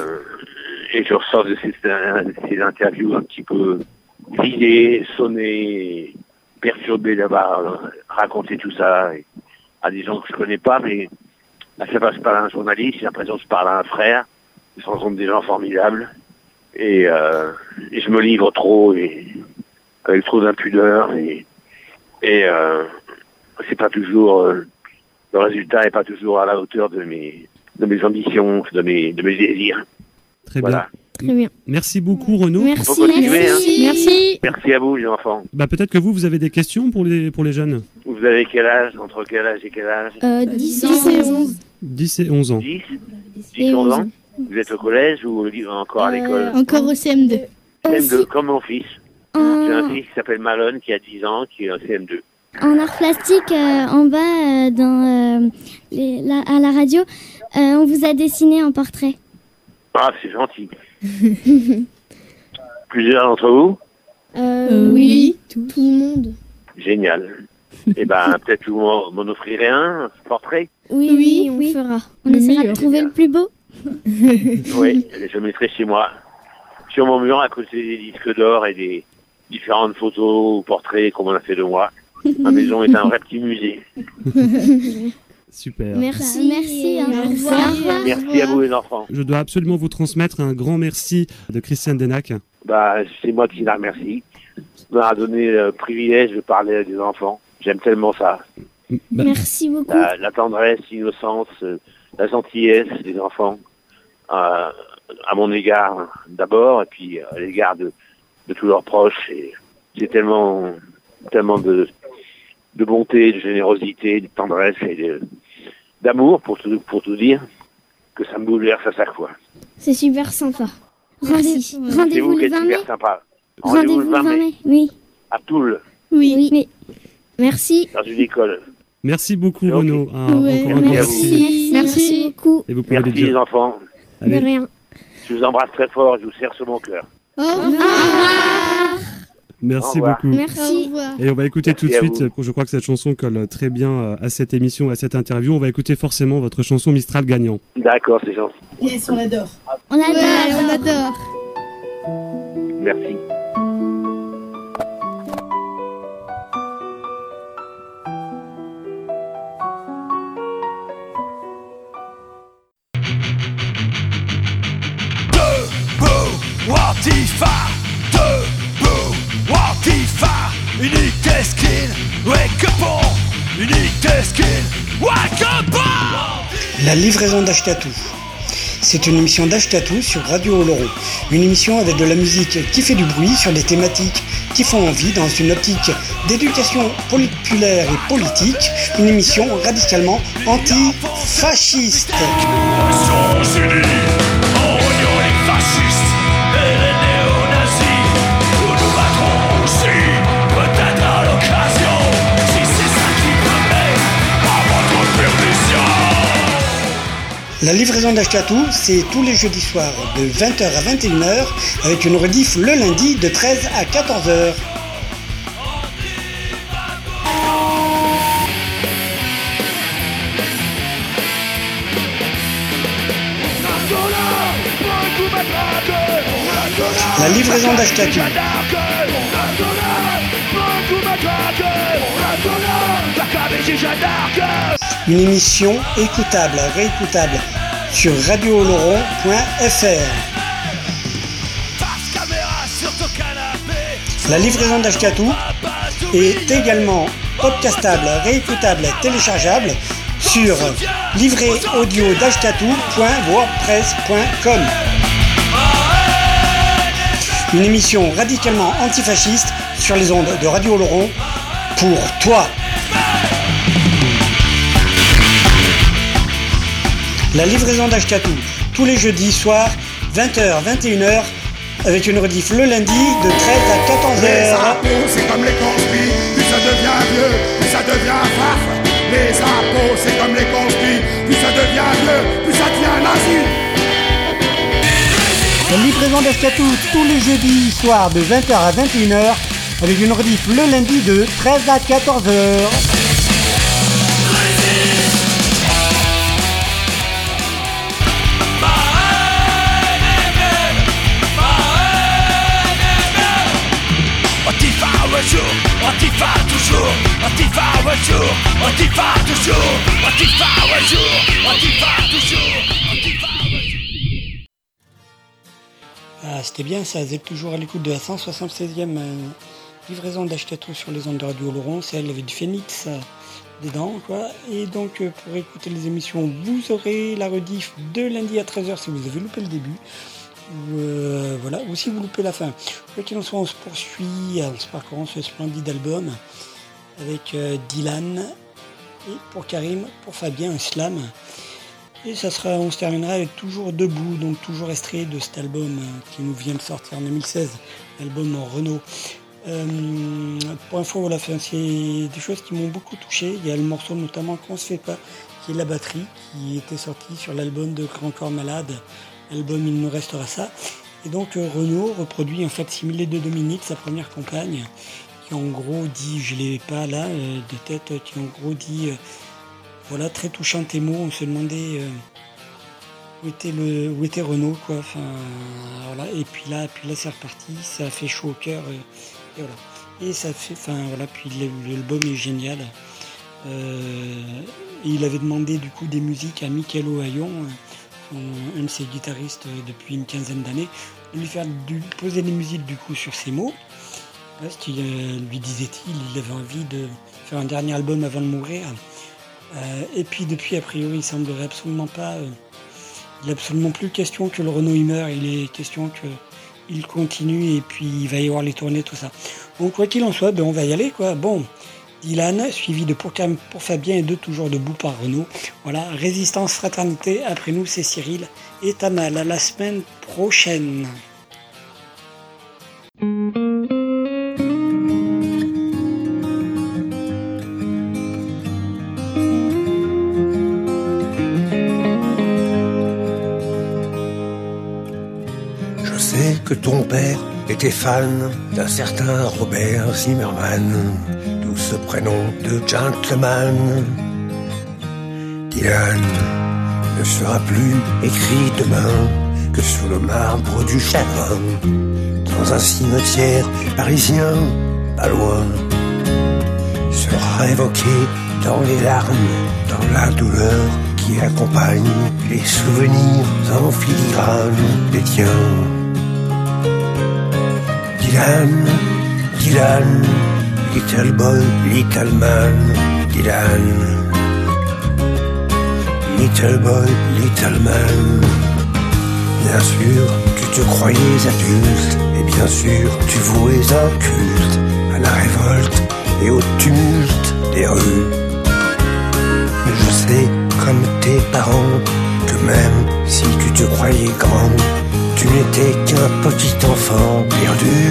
je ressors de ces interviews un petit peu vidées, sonnées, perturbées d'avoir raconté tout ça à des gens que je connais pas, mais à chaque fois que je parle à un journaliste, j'ai l'impression que je parle à un frère. Ils sont des gens formidables. Et je me livre trop et avec trop d'impudeur et c'est pas toujours le résultat est pas toujours à la hauteur de mes ambitions, de mes désirs. Très voilà. bien. Très bien. Merci beaucoup Renaud. Merci. Faut continuer, Merci. Merci à vous les enfants. Bah peut-être que vous avez des questions pour les jeunes. Vous avez quel âge? Entre quel âge et quel âge? 10 et 11. 10 et 11 ans. 10 11 ans. Vous êtes au collège ou encore à l'école? Encore au CM2. CM2, comme mon fils. J'ai un fils qui s'appelle Malone, qui a 10 ans, qui est en CM2. En art plastique, en bas, à la radio, on vous a dessiné un portrait. Ah, c'est gentil. Plusieurs d'entre vous? Oui. Tout le monde. Génial. Eh ben, peut-être vous m'en offrirez un portrait? Oui, on fera. On essaiera de trouver le plus beau. Oui, je le mettrai chez moi. Sur mon mur, à côté des disques d'or et des différentes photos ou portraits qu'on a fait de moi. Ma maison est un vrai petit musée. Super. Merci. Au revoir. Merci à vous les enfants. Je dois absolument vous transmettre un grand merci de Christiane Denac. Bah, c'est moi qui la remercie. Ça m'a donné le privilège de parler à des enfants. J'aime tellement ça. Merci beaucoup. La tendresse, l'innocence, la gentillesse des enfants à mon égard d'abord et puis à l'égard de tous leurs proches. Et j'ai tellement de bonté, de générosité, de tendresse et d'amour pour tout dire que ça me bouleverse à chaque fois. C'est super sympa. Rendez-vous C'est vous qui le êtes 20 mai. super sympa. Rendez-vous le 20 mai. Oui. À Toul, Oui. Merci. dans une école. Merci beaucoup Ok. Renaud. Encore un Merci grand à merci. Merci beaucoup. Et vous pouvez Merci les dire. les enfants. De Allez. rien. Je vous embrasse très fort et je vous serre sur mon cœur. Au revoir. Merci Au revoir. beaucoup. Au Merci. revoir. Et on va écouter Merci tout de à suite, je crois que cette chanson colle très bien à cette émission, à cette interview. On va écouter forcément votre chanson Mistral gagnant. D'accord, c'est gentil. Yes, on adore. On adore. Ouais, on adore. Merci. Antifa, debout, Antifa, unité skill, wake up on, unité skill, wake up on. La livraison d'Ashkatou. C'est une émission d'Ashkatou sur Radio Oloron. Une émission avec de la musique qui fait du bruit sur des thématiques qui font envie dans une optique d'éducation populaire et politique. Une émission radicalement antifasciste. La livraison d'Ashkatou, c'est tous les jeudis soirs de 20h à 21h avec une rediff le lundi de 13 à 14h. La livraison d'Ashkatou. Une émission écoutable, réécoutable sur radiooloron.fr. La livraison d'Ashkatou est également podcastable, réécoutable, téléchargeable sur livréaudio.wordpress.com. Une émission radicalement antifasciste sur les ondes de Radio Oloron pour toi. La livraison d'Ashkatou, tous les jeudis soirs, 20h, 21h, avec une rediff le lundi de 13 à 14h. Les impôts, c'est comme les conspires, plus ça devient vieux, plus ça devient farf. Les impôts, c'est comme les conspires, plus ça devient vieux, plus ça devient nazi. La livraison d'Ashkatou, tous les jeudis soirs, de 20h à 21h, avec une rediff le lundi de 13 à 14h. Antifa toujours, Antifa un jour, Antifa toujours, Antifa un jour, Antifa toujours, Antifa un jour. Ah, c'était bien ça, vous êtes toujours à l'écoute de la 176e livraison d'Ashkatou sur les ondes de Radio Oloron, c'est elle avec du phénix dedans quoi. Et donc pour écouter les émissions, vous aurez la rediff de lundi à 13h si vous avez loupé le début. Voilà, ou si vous loupez la fin. Quoi qu'il en soit, on se poursuit en se parcourant ce splendide album avec Dylan et pour Karim, pour Fabien, un slam. Et ça sera, on se terminera avec Toujours Debout, donc toujours extrait de cet album qui nous vient de sortir en 2016, l'album Renault. Pour info, voilà, c'est des choses qui m'ont beaucoup touché. Il y a le morceau notamment Qu'on se fait pas, qui est la batterie, qui était sorti sur l'album de Grand Corps Malade. L'album Il nous restera ça. Et donc Renaud reproduit un facsimilé de Dominique, sa première compagne, qui en gros dit, je l'ai pas là de tête, qui en gros dit voilà, très touchant tes mots, on se demandait où était Renaud quoi. Enfin voilà, et puis là c'est reparti, ça a fait chaud au cœur et voilà. Et ça fait, enfin voilà, puis l'album est génial. Et il avait demandé du coup des musiques à Michael Ohayon, un de ses guitaristes depuis une quinzaine d'années, de lui faire poser des musiques du coup sur ses mots. Parce qu'il lui disait-il, il avait envie de faire un dernier album avant de mourir. Et puis depuis, a priori, il semblerait absolument pas. Il n'est absolument plus question que le Renaud il meurt, il est question qu'il continue et puis il va y avoir les tournées, tout ça. Donc quoi qu'il en soit, on va y aller quoi. Bon. Dylan, suivi de Pour Fabien et de Toujours Debout par Renaud. Voilà, Résistance, Fraternité, après nous c'est Cyril et Tamal. À la semaine prochaine. Je sais que ton père était fan d'un certain Robert Zimmerman, d'où ce prénom de gentleman. Dylan ne sera plus écrit demain que sur le marbre du chagrin, dans un cimetière parisien pas loin. Sera évoqué dans les larmes, dans la douleur qui accompagne les souvenirs en filigrane des tiens. Dylan, Dylan, little boy, little man, Dylan. Little boy, little man. Bien sûr, tu te croyais adulte, et bien sûr, tu vouais un culte à la révolte et au tumulte des rues. Mais je sais, comme tes parents, que même si tu te croyais grand, tu n'étais qu'un petit enfant perdu.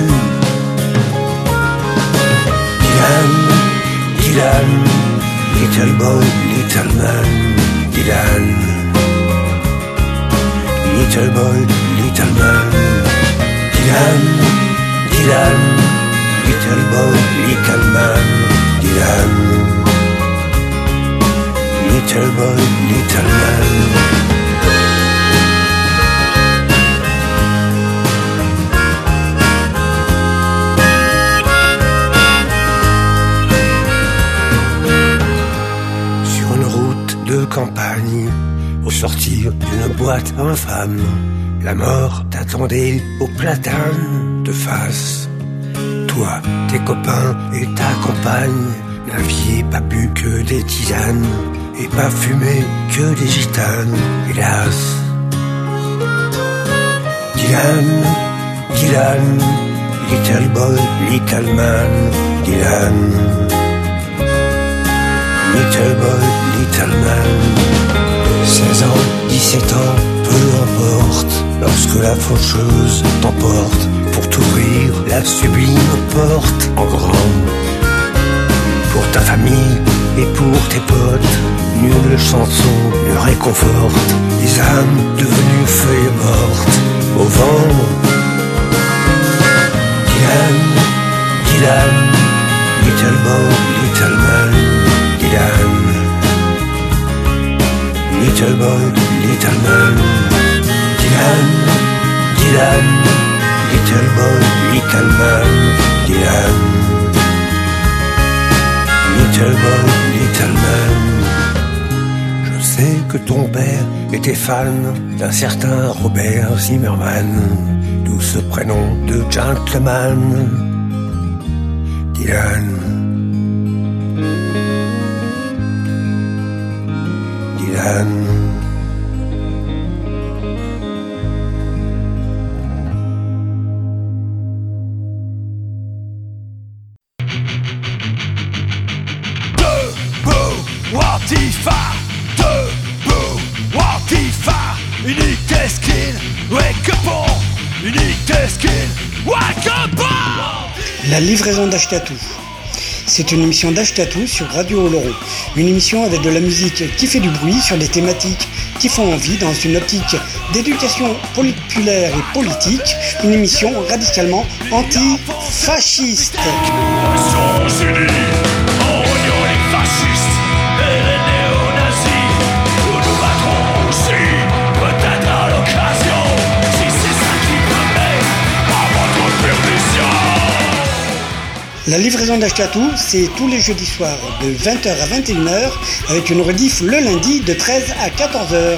Dylan, Dylan, little boy, little man, Dylan. Little boy, little man, Dylan, Dylan, little boy, little man, Dylan. Little boy, little man. Sur une route de campagne, au sortir d'une boîte infâme, la mort t'attendait au platane de face. Toi, tes copains et ta compagne n'aviez pas bu que des tisanes et pas fumé que des gitanes, hélas. Dylan, Dylan, little boy, little man, Dylan. Little boy, little man. 16 ans, 17 ans, peu importe, lorsque la faucheuse t'emporte pour t'ouvrir la sublime porte en grand. Pour ta famille et pour tes potes, nulle chanson ne réconforte les âmes devenues feuilles mortes au vent. Dylan, Dylan, little boy, little man, Dylan. Little boy, little man, Dylan, Dylan, little boy, little man, Dylan. Little boy, little man. Je sais que ton père était fan d'un certain Robert Zimmerman, d'où ce prénom de gentleman, Dylan. Dylan. Antifa, debout, Antifa, unique skin, wake up on, unique skin, wake up on. La livraison d'Ashtatou. C'est une émission d'Ashtatou sur Radio Oloron. Une émission avec de la musique qui fait du bruit sur des thématiques qui font envie dans une optique d'éducation populaire et politique. Une émission radicalement antifasciste. La livraison d'Ashtatou, c'est tous les jeudis soirs de 20h à 21h avec une rediff le lundi de 13 à 14h.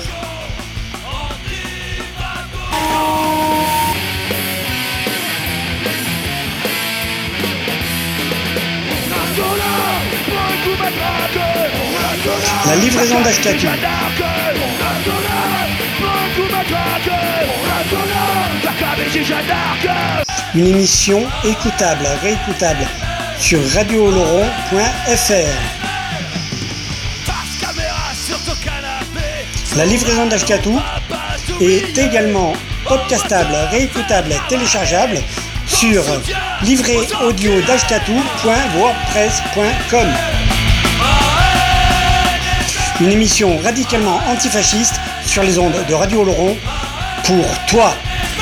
La livraison d'Ashtatou. Une émission écoutable, réécoutable sur radiooloron.fr. La livraison d'Ashtatou est également podcastable, réécoutable, téléchargeable sur livréaudio-d'ashtatou.wordpress.com. Une émission radicalement antifasciste sur les ondes de Radio Oloron pour toi.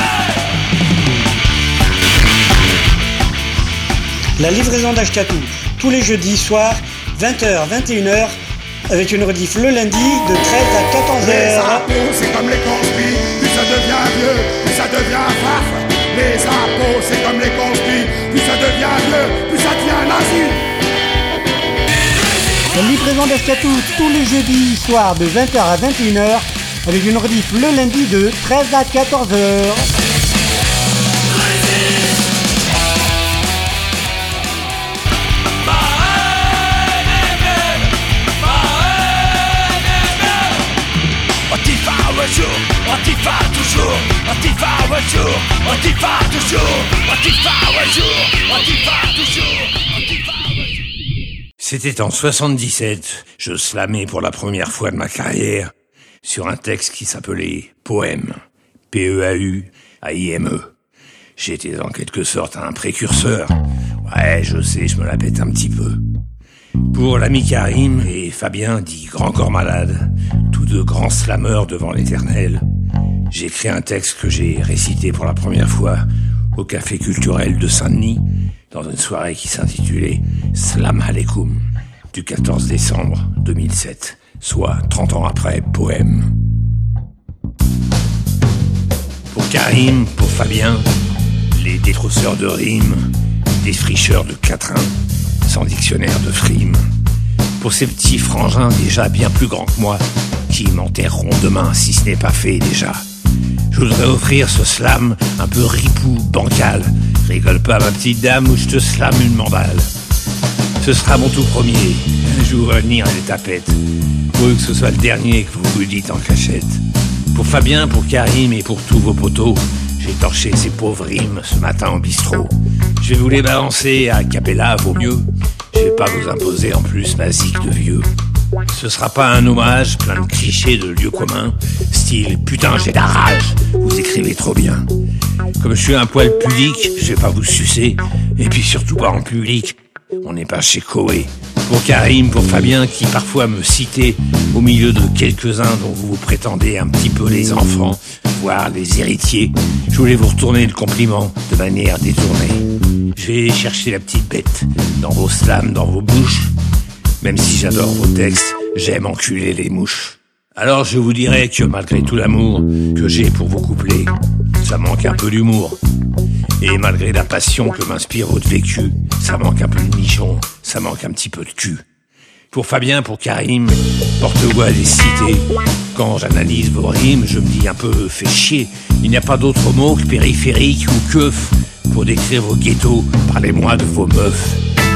La livraison d'Ashtatou, tous les jeudis soirs, 20h, 21h, avec une rediff le lundi de 13 à 14h. Les impôts, c'est comme les conspires, plus ça devient vieux, plus ça devient farf. Les impôts, c'est comme les conspires, plus ça devient vieux, plus ça devient nazi. La livraison d'Ashtatou, tous les jeudis soirs, de 20h à 21h, avec une rediff le lundi de 13 à 14h. un jour, Antifa toujours, Antifa un jour, Antifa toujours, Antifa un jour, Antifa toujours, Antifa un jour. C'était en 77, je slamais pour la première fois de ma carrière sur un texte qui s'appelait Poème, P-E-A-U-A-I-M-E. J'étais en quelque sorte un précurseur. Ouais, je sais, je me la pète un petit peu. Pour l'ami Karim et Fabien, dit Grand Corps Malade, tous deux grands slameurs devant l'éternel, j'ai écrit un texte que j'ai récité pour la première fois au Café Culturel de Saint-Denis, dans une soirée qui s'intitulait Slam Aleikum, du 14 décembre 2007, soit 30 ans après Poème. Pour Karim, pour Fabien, les détrousseurs de rimes, des fricheurs de quatrains, sans dictionnaire de frimes. Pour ces petits frangins déjà bien plus grands que moi, qui m'enterreront demain si ce n'est pas fait déjà. Je voudrais offrir ce slam un peu ripou, bancal. Rigole pas ma petite dame ou je te slame une mandale. Ce sera mon tout premier, je vous vois venir les tapettes. Pour que ce soit le dernier que vous vous dites en cachette. Pour Fabien, pour Karim et pour tous vos potos, j'ai torché ces pauvres rimes ce matin en bistrot. Je vais vous les balancer à cappella, vaut mieux. Je vais pas vous imposer en plus ma zik de vieux. Ce sera pas un hommage plein de clichés de lieux communs, style putain j'ai de la rage, vous écrivez trop bien. Comme je suis un poil pudique, je vais pas vous sucer, et puis surtout pas en public. On n'est pas chez Koé. Pour Karim, pour Fabien qui parfois me citait au milieu de quelques-uns dont vous prétendez un petit peu les enfants, voire les héritiers, je voulais vous retourner le compliment de manière détournée. Je vais chercher la petite bête dans vos slams, dans vos bouches. Même si j'adore vos textes, j'aime enculer les mouches. Alors je vous dirais que malgré tout l'amour que j'ai pour vos couplets, ça manque un peu d'humour. Et malgré la passion que m'inspire votre vécu, ça manque un peu de nichon, ça manque un petit peu de cul. Pour Fabien, pour Karim, porte-voix des cités. Quand j'analyse vos rimes, je me dis un peu fait chier. Il n'y a pas d'autre mot que périphérique ou keuf pour décrire vos ghettos. Parlez-moi de vos meufs.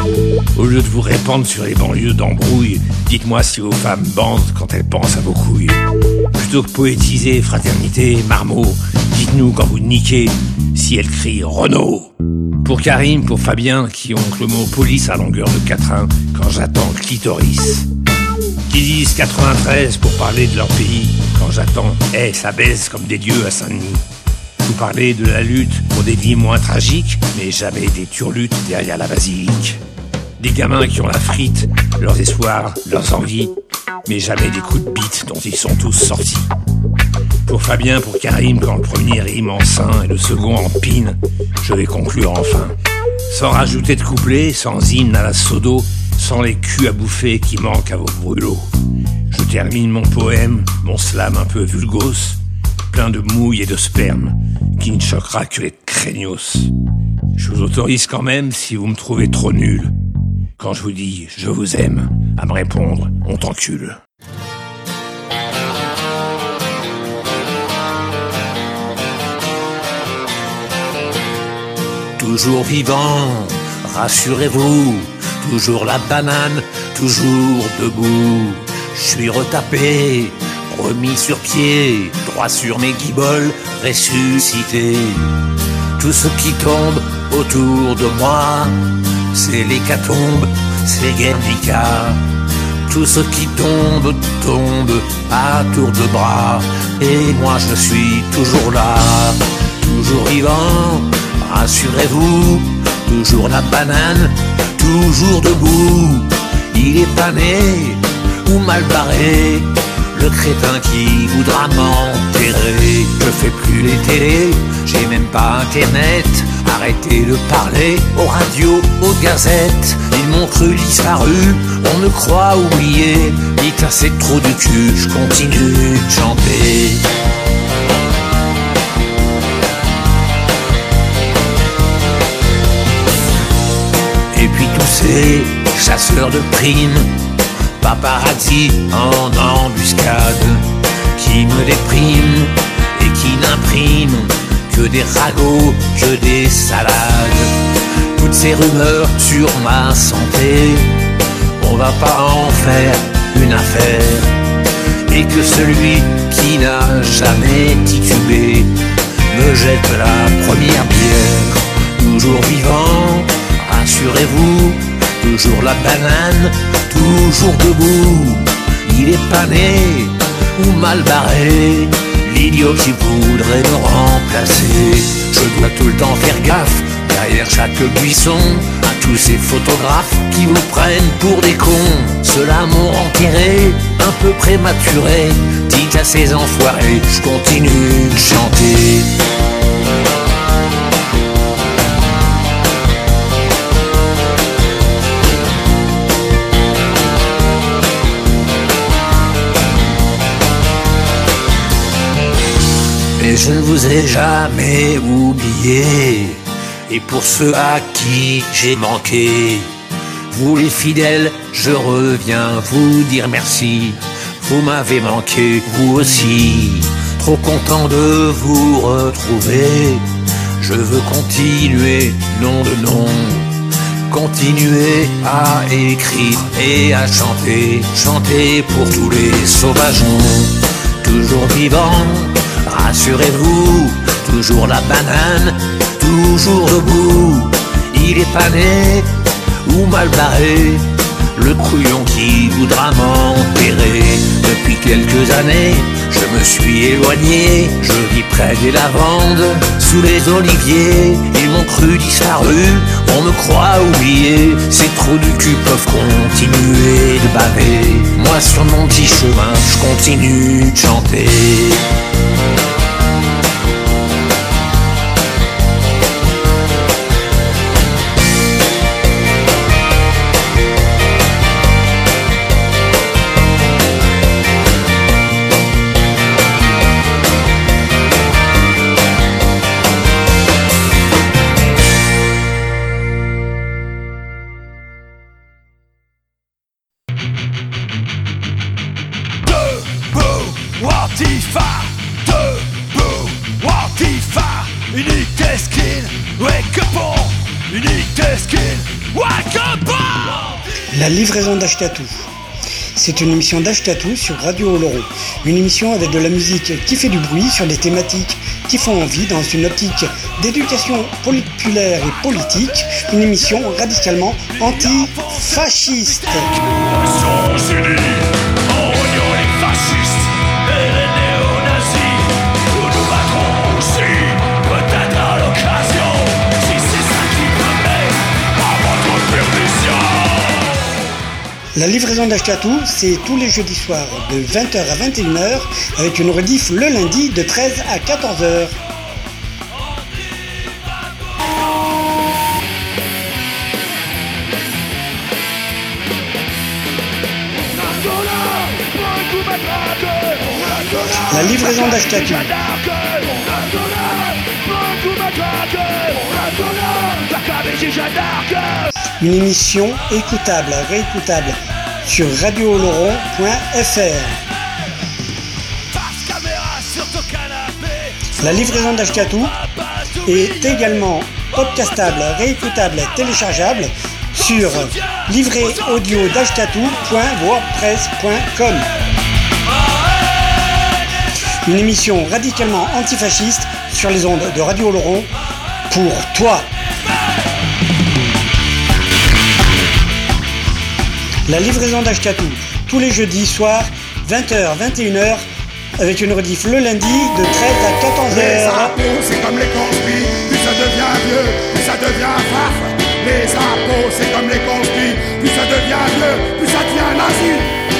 Au lieu de vous répandre sur les banlieues d'embrouille, dites-moi si vos femmes bandent quand elles pensent à vos couilles. Plutôt que poétiser fraternité, marmot, dites-nous quand vous niquez si elles crient Renault. Pour Karim, pour Fabien, qui ont le mot police à longueur de quatrain quand j'attends clitoris. Qui disent 93 pour parler de leur pays quand j'attends ça baise comme des dieux à Saint-Denis. Vous parlez de la lutte pour des vies moins tragiques, mais jamais des turlutes derrière la basilique. Des gamins qui ont la frite, leurs espoirs, leurs envies, mais jamais des coups de bite dont ils sont tous sortis. Pour Fabien, pour Karim, quand le premier rime en sein et le second en pine, je vais conclure enfin. Sans rajouter de couplets, sans hymne à la sodo, sans les culs à bouffer qui manquent à vos brûlots. Je termine mon poème, mon slam un peu vulgos, plein de mouille et de sperme, qui ne choquera que les craignos. Je vous autorise quand même, si vous me trouvez trop nul, quand je vous dis « je vous aime », à me répondre « on t'encule ». Toujours vivant, rassurez-vous, toujours la banane, toujours debout. Je suis retapé, remis sur pied, droit sur mes guiboles, ressuscité. Tout ce qui tombe autour de moi, c'est l'hécatombe, c'est Guernica. Tout ce qui tombe, tombe à tour de bras. Et moi je suis toujours là, toujours vivant, rassurez-vous, toujours la banane, toujours debout. Il est pas né ou mal barré, le crétin qui voudra m'enterrer. Je fais plus les télés, j'ai même pas internet. Arrêtez de parler aux radios, aux gazettes. Ils m'ont cru disparu, on me croit oublié. Ils cassaient trop du cul, je continue de chanter. Et puis tous ces chasseurs de primes, paparazzi en embuscade, qui me dépriment et qui n'impriment que des ragots, que des salades. Toutes ces rumeurs sur ma santé, on va pas en faire une affaire. Et que celui qui n'a jamais titubé me jette la première bière. Toujours vivant, rassurez-vous, toujours la banane, toujours debout. Il est pas né ou mal barré, l'idiot qui voudrait me remplacer. Je dois tout le temps faire gaffe, derrière chaque buisson, à tous ces photographes qui vous prennent pour des cons. Ceux-là m'ont enterré, un peu prématuré. Dites à ces enfoirés, je continue de chanter. Mais je ne vous ai jamais oublié. Et pour ceux à qui j'ai manqué, vous les fidèles, je reviens vous dire merci. Vous m'avez manqué, vous aussi. Trop content de vous retrouver. Je veux continuer, nom de nom. Continuer à écrire et à chanter. Chanter pour tous les sauvageons. Toujours vivant, rassurez-vous. Toujours la banane, toujours debout. Il est pas né ou mal barré, le couillon qui voudra m'enterrer. Depuis quelques années, je me suis éloigné. Je vis près des lavandes, sous les oliviers. Ils m'ont cru disparu, on me croit oublié. Ces trous du cul peuvent continuer de baver. Moi sur mon petit chemin, je continue de chanter. La livraison d'Ashkatou. C'est une émission d'Ashkatou sur Radio Oloron. Une émission avec de la musique qui fait du bruit sur des thématiques qui font envie dans une optique d'éducation populaire et politique. Une émission radicalement anti-fasciste. La livraison d'Ashkatou, c'est tous les jeudis soirs de 20h à 21h avec une rediff le lundi de 13 à 14h. La livraison d'Ashkatou. Une émission écoutable, réécoutable sur radiooloron.fr. La livraison d'Ashkatou est également podcastable, réécoutable, téléchargeable sur livréaudio-d'ashkatou.wordpress.com. Une émission radicalement antifasciste sur les ondes de Radio Oloron pour toi. La livraison d'Ashkatou, tous les jeudis soirs, 20h, 21h, avec une rediff le lundi de 13 à 14h. Les impôts, c'est comme les conspires, plus ça devient vieux, plus ça devient farf. Les impôts, c'est comme les conspires, plus ça devient vieux, plus ça devient nazi.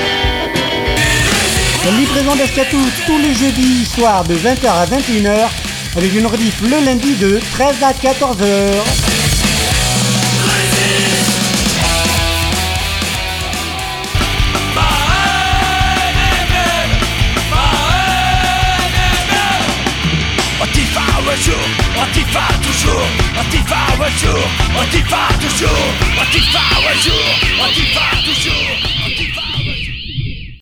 La livraison d'Ashkatou, tous les jeudis soirs de 20h à 21h, avec une rediff le lundi de 13 à 14h. Antifa toujours, Antifa un jour, Antifa toujours, Antifa un jour, Antifa toujours.